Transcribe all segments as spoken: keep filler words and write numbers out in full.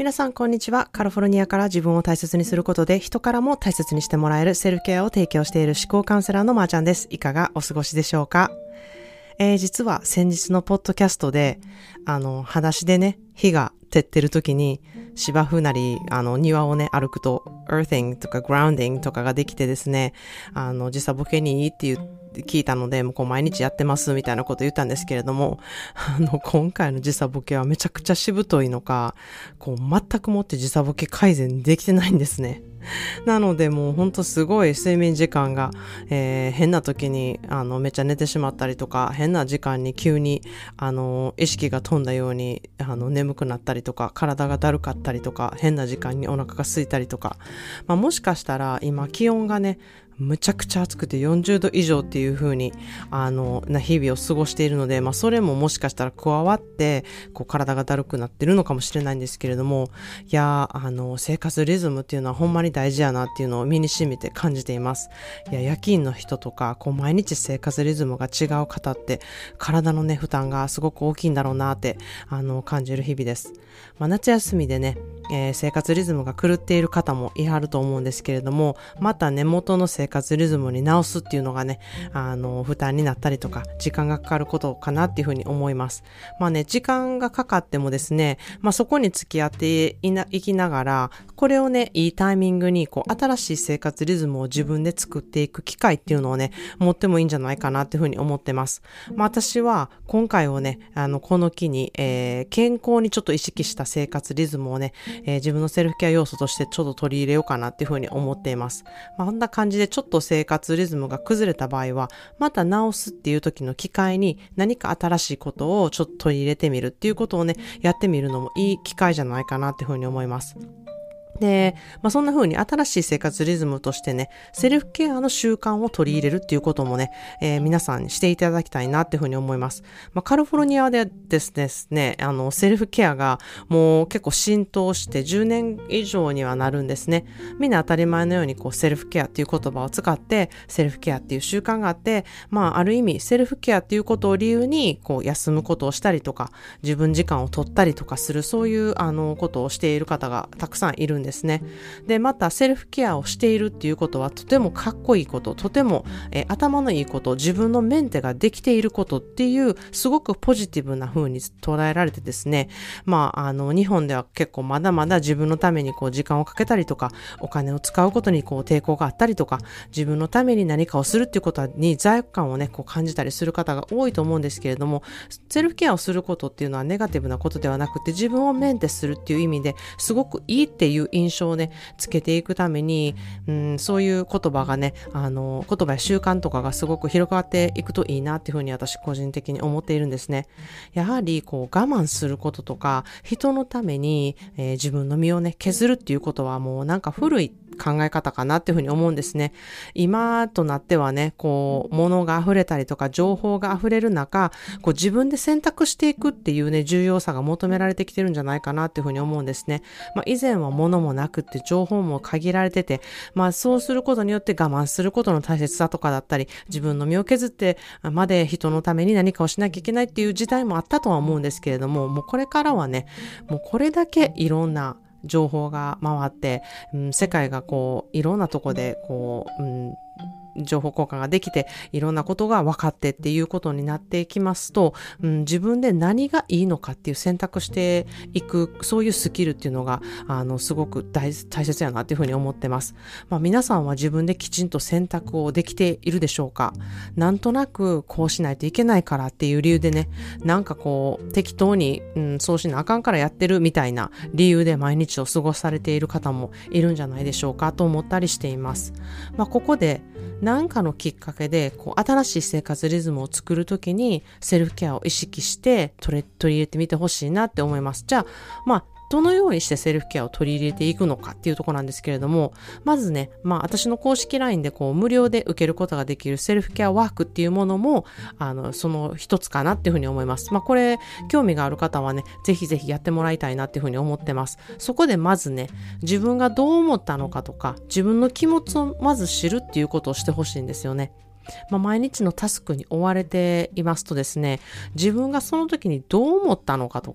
皆さんこんにちは。カリフォルニアから自分を大切にすることで人からも大切にしてもらえるセルフケアを提供している思考カウンセラーのまーちゃんです。いかがお過ごしでしょうか？えー、実は先日のポッドキャストであの裸足でね日が照ってる時に芝生なりあの庭をね歩くと earthing とか grounding とかができてですね、あの時差ボケにいいっていう聞いたので、もうこう毎日やってますみたいなこと言ったんですけれども、あの今回の時差ボケはめちゃくちゃしぶといのか、こう全くもって時差ボケ改善できてないんですね。なのでもうほんとすごい睡眠時間が、えー、変な時にあのめっちゃ寝てしまったりとか、変な時間に急にあの意識が飛んだようにあの眠くなったりとか、体がだるかったりとか、変な時間にお腹が空いたりとか、まあ、もしかしたら今気温がねむちゃくちゃ暑くてよんじゅうど以上っていう風にあのな日々を過ごしているので、まあそれももしかしたら加わってこう体がだるくなってるのかもしれないんですけれども、いやあの生活リズムっていうのはほんまに大事やなっていうのを身に染みて感じています。いや夜勤の人とかこう毎日生活リズムが違う方って体のね負担がすごく大きいんだろうなってあの感じる日々です。まあ、夏休みでね、えー、生活リズムが狂っている方もいはると思うんですけれども、また根元の生活リズムに直すっていうのがね、あの負担になったりとか時間がかかることかなっていうふうに思います。まあね、時間がかかってもですね、まあそこに付き合っていな、いきながら、これをね、いいタイミングにこう新しい生活リズムを自分で作っていく機会っていうのをね、持ってもいいんじゃないかなっていうふうに思ってます。まあ私は今回をね、あのこの機に、えー、健康にちょっと意識した生活リズムをね、えー、自分のセルフケア要素としてちょっと取り入れようかなっていうふうに思っています。まあこんな感じでちょっと生活リズムが崩れた場合は、また直すっていう時の機会に何か新しいことをちょっと取り入れてみるっていうことをね、やってみるのもいい機会じゃないかなっていうふうに思います。で、まあ、そんな風に新しい生活リズムとしてね、セルフケアの習慣を取り入れるっていうこともね、えー、皆さんにしていただきたいなっていう風に思います。まあ、カリフォルニアでですね、あの、セルフケアがもう結構浸透してじゅうねん以上にはなるんですね。みんな当たり前のようにこう、セルフケアっていう言葉を使って、セルフケアっていう習慣があって、まあ、ある意味、セルフケアっていうことを理由に、こう、休むことをしたりとか、自分時間を取ったりとかする、そういう、あの、ことをしている方がたくさんいるんです。ですね。で、またセルフケアをしているっていうことはとてもかっこいいこと、とても、えー、頭のいいこと、自分のメンテができていることっていうすごくポジティブな風に捉えられてですね、まあ、あの、日本では結構まだまだ自分のためにこう時間をかけたりとか、お金を使うことにこう抵抗があったりとか、自分のために何かをするっていうことに罪悪感をね、こう感じたりする方が多いと思うんですけれども、セルフケアをすることっていうのはネガティブなことではなくて、自分をメンテするっていう意味ですごくいいっていう印象をねつけていくために、うん、そういう言葉がねあの言葉や習慣とかがすごく広がっていくといいなっていうふうに私個人的に思っているんですね。やはりこう我慢することとか人のために、えー、自分の身をね削るっていうことはもうなんか古い考え方かなっていうふうに思うんですね。今となってはね、こう、物が溢れたりとか情報が溢れる中、こう自分で選択していくっていうね、重要さが求められてきてるんじゃないかなっていうふうに思うんですね。まあ以前は物もなくって情報も限られてて、まあそうすることによって我慢することの大切さとかだったり、自分の身を削ってまで人のために何かをしなきゃいけないっていう時代もあったとは思うんですけれども、もうこれからはね、もうこれだけいろんな情報が回って、うん、世界がこういろんなとこでこう、うん情報交換ができていろんなことが分かってっていうことになっていきますと、うん、自分で何がいいのかっていう選択していくそういうスキルっていうのがあのすごく 大, 大切やなっていうふうに思ってます。まあ、皆さんは自分できちんと選択をできているでしょうか？なんとなくこうしないといけないからっていう理由でね、なんかこう適当に、うん、そうしなあかんからやってるみたいな理由で毎日を過ごされている方もいるんじゃないでしょうかと思ったりしています。まあ、ここで何かのきっかけでこう新しい生活リズムを作るときにセルフケアを意識して取り、取り入れてみてほしいなって思います。じゃあ、まあどのようにしてセルフケアを取り入れていくのかっていうところなんですけれども、まずね、まあ私の公式 ライン でこう無料で受けることができるセルフケアワークっていうものも、あの、その一つかなっていうふうに思います。まあこれ、興味がある方はね、ぜひぜひやってもらいたいなっていうふうに思ってます。そこでまずね、自分がどう思ったのかとか、自分の気持ちをまず知るっていうことをしてほしいんですよね。まあ、毎日のタスクに追われていますとですね、自分がその時にどう思ったのかとか、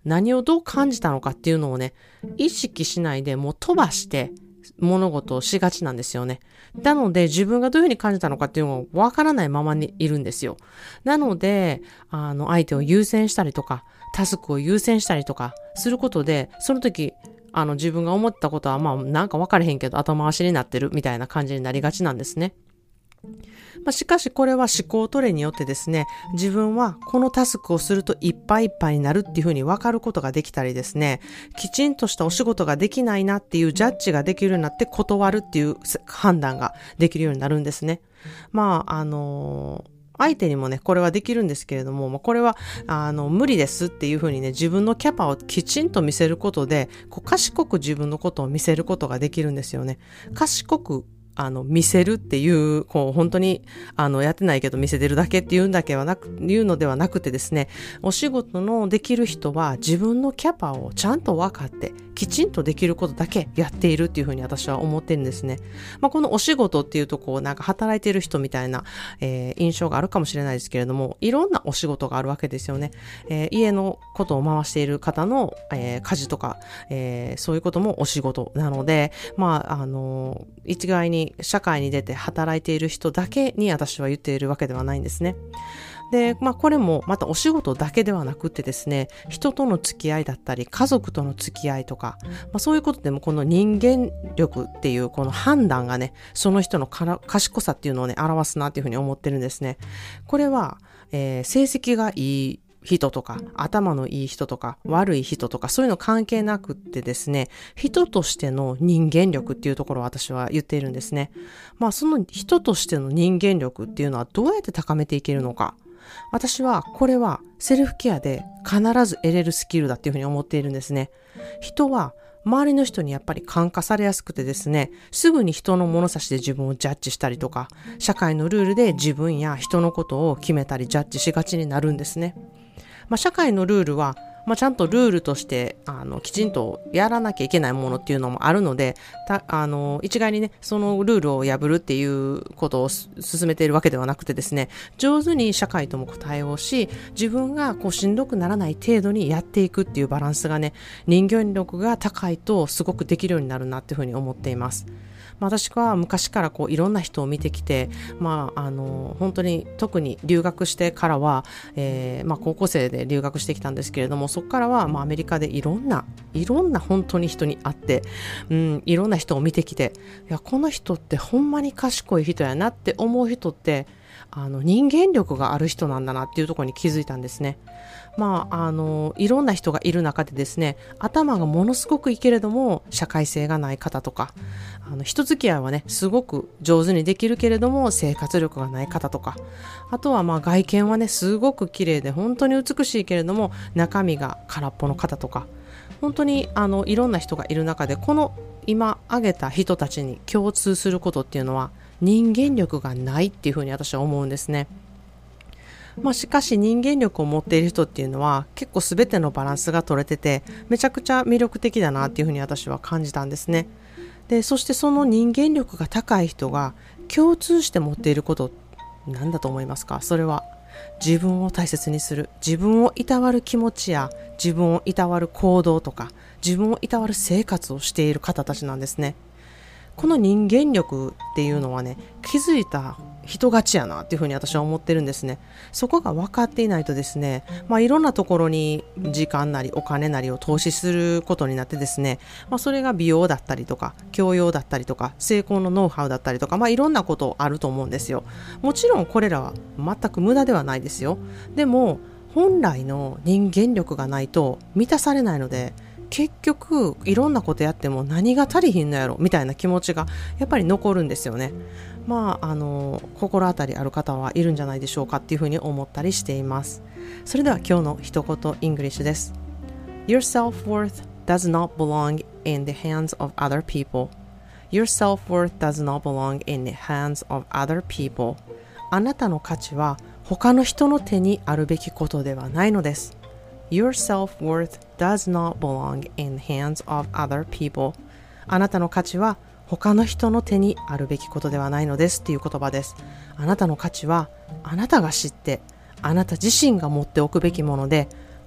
何をどう感じたのかっていうのをね、意識しないでもう飛ばして物事をしがちなんですよね。なので自分がどういうふうに感じたのかっていうのがわからないままにいるんですよ。なので、あの、相手を優先したりとか、タスクを優先したりとかすることで、その時、あの、自分が思ったことは、まあ、なんか分かれへんけど、後回しになってるみたいな感じになりがちなんですね。まあ、しかしこれは思考トレによってですね、自分はこのタスクをするといっぱいいっぱいになるっていうふうに分かることができたりですね、きちんとしたお仕事ができないなっていうジャッジができるようになって断るっていう判断ができるようになるんですね。まあ、あのー相手にもね、これはできるんですけれども、これは、あの、無理ですっていうふうにね、自分のキャパをきちんと見せることで、こう賢く自分のことを見せることができるんですよね。賢くあの、見せるっていう、こう、本当に、あの、やってないけど見せてるだけっていうんだけはなく、いうのではなくてですね、お仕事のできる人は自分のキャパをちゃんと分かって、きちんとできることだけやっているっていうふうに私は思ってるんですね。まあ、このお仕事っていうと、こう、なんか働いている人みたいな、えー、印象があるかもしれないですけれども、いろんなお仕事があるわけですよね。えー、家のことを回している方の、えー、家事とか、えー、そういうこともお仕事なので、まあ、あのー、一概に社会に出て働いている人だけに私は言っているわけではないんですね。で、まあこれもまたお仕事だけではなくてですね、人との付き合いだったり、家族との付き合いとか、まあそういうことでもこの人間力っていうこの判断がね、その人のから賢さっていうのをね、表すなっていうふうに思ってるんですね。これは、えー、成績がいい人とか、頭のいい人とか、悪い人とか、そういうの関係なくってですね、人としての人間力っていうところを私は言っているんですね。まあその人としての人間力っていうのはどうやって高めていけるのか。私はこれはセルフケアで必ず得れるスキルだっていうふうに思っているんですね。人は周りの人にやっぱり感化されやすくてですね、すぐに人の物差しで自分をジャッジしたりとか、社会のルールで自分や人のことを決めたりジャッジしがちになるんですね。まあ、社会のルールは、まあ、ちゃんとルールとしてあのきちんとやらなきゃいけないものっていうのもあるので、たあの一概にねそのルールを破るっていうことを進めているわけではなくてですね、上手に社会とも対応し、自分がこうしんどくならない程度にやっていくっていうバランスがね、人間力が高いとすごくできるようになるなっていうふうに思っています。まあ、私は昔からこういろんな人を見てきて、まあ、あの本当に特に留学してからは、えーまあ、高校生で留学してきたんですけれども、そこからはまあアメリカでいろんないろんな本当に人に会って、うん、いろんな人を見てきて、いやこの人ってほんまに賢い人やなって思う人ってあの人間力がある人なんだなっていうところに気づいたんですね。まあ、あのいろんな人がいる中でですね、頭がものすごくいいけれども社会性がない方とか、あの人付き合いはねすごく上手にできるけれども生活力がない方とか、あとはまあ外見はねすごく綺麗で本当に美しいけれども中身が空っぽの方とか、本当にあのいろんな人がいる中で、この今挙げた人たちに共通することっていうのは人間力がないっていうふうに私は思うんですね。まあ、しかし人間力を持っている人っていうのは結構全てのバランスが取れてて、めちゃくちゃ魅力的だなっていうふうに私は感じたんですね。で、そしてその人間力が高い人が共通して持っていることなんだと思いますか？それは自分を大切にする、自分をいたわる気持ちや自分をいたわる行動とか自分をいたわる生活をしている方たちなんですね。この人間力っていうのはね、気づいた人勝ちやなっていうふうに私は思ってるんですね。そこが分かっていないとですね、まあいろんなところに時間なりお金なりを投資することになってですね、まあそれが美容だったりとか教養だったりとか成功のノウハウだったりとか、まあいろんなことあると思うんですよ。もちろんこれらは全く無駄ではないですよ。でも本来の人間力がないと満たされないので、結局いろんなことやっても何が足りひんのやろみたいな気持ちがやっぱり残るんですよね。まああの心当たりある方はいるんじゃないでしょうかっていうふうに思ったりしています。それでは今日の一言イングリッシュです。 Your self-worth does not belong in the hands of other people. Your self-worth does not belong in the hands of other people. あなたの価値は他の人の手にあるべきことではないのです。Your self-worth does not belong in the hands of other people. あなたの価値は他の人の手にあるべきことではないのですっていう言葉です。あなたの価値はあなたが知って、あなた自身が持っておくべきもので、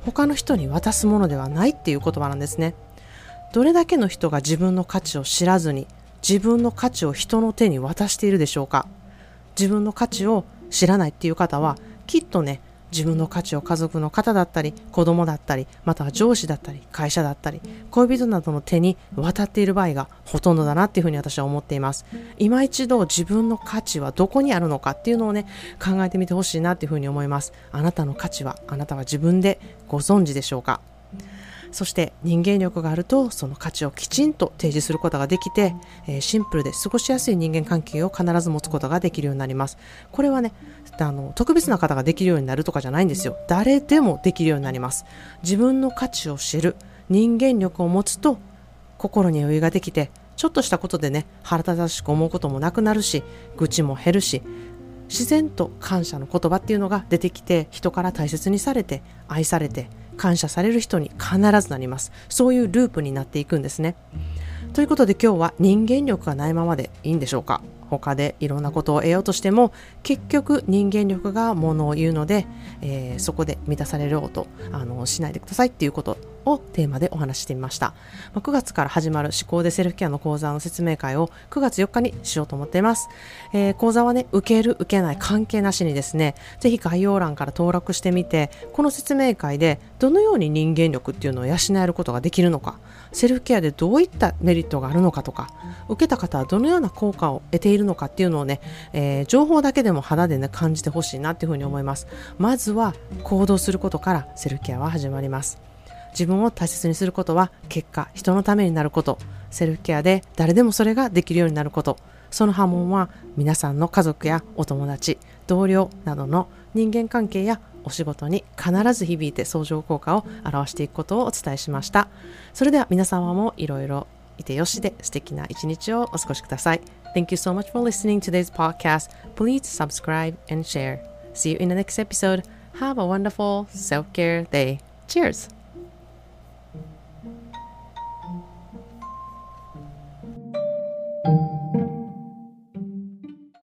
他の人に渡すものではないっていう言葉なんですね。どれだけの人が自分の価値を知らずに自分の価値を人の手に渡しているでしょうか。自分の価値を知らないっていう方はきっとね、自分の価値を家族の方だったり子供だったりまたは上司だったり会社だったり恋人などの手に渡っている場合がほとんどだなっていうふうに私は思っています。今一度自分の価値はどこにあるのかっていうのをね考えてみてほしいなっていうふうに思います。あなたの価値はあなたは自分でご存知でしょうか。そして人間力があるとその価値をきちんと提示することができて、えー、シンプルで過ごしやすい人間関係を必ず持つことができるようになります。これはねあの特別な方ができるようになるとかじゃないんですよ。誰でもできるようになります。自分の価値を知る人間力を持つと心に余裕ができてちょっとしたことでね腹立たしく思うこともなくなるし愚痴も減るし自然と感謝の言葉っていうのが出てきて人から大切にされて愛されて感謝される人に必ずなります。そういうループになっていくんですね。ということで今日は人間力がないままでいいんでしょうか。他でいろんなことを得ようとしても結局人間力がものを言うので、えー、そこで満たされようとあのしないでくださいっていうことをテーマでお話してみました。まあ、くがつから始まる思考でセルフケアの講座の説明会をくがつよっかにしようと思っています。えー、講座はね受ける受けない関係なしにですねぜひ概要欄から登録してみてこの説明会でどのように人間力っていうのを養えることができるのかセルフケアでどういったメリットがあるのかとか受けた方はどのような効果を得ているのかっていうのをね、えー、情報だけでも肌でね感じてほしいなっていうふうに思います。まずは行動することからセルフケアは始まります。自分を大切にすることは結果人のためになること、セルフケアで誰でもそれができるようになること、その波紋は皆さんの家族やお友達、同僚などの人間関係やお仕事に必ず響いて相乗効果を表していくことをお伝えしました。それでは皆様もいろいろいてよしで素敵な一日をお過ごしください。Thank you so much for listening to today's podcast. Please subscribe and share. See you in the next episode. Have a wonderful self-care day. Cheers!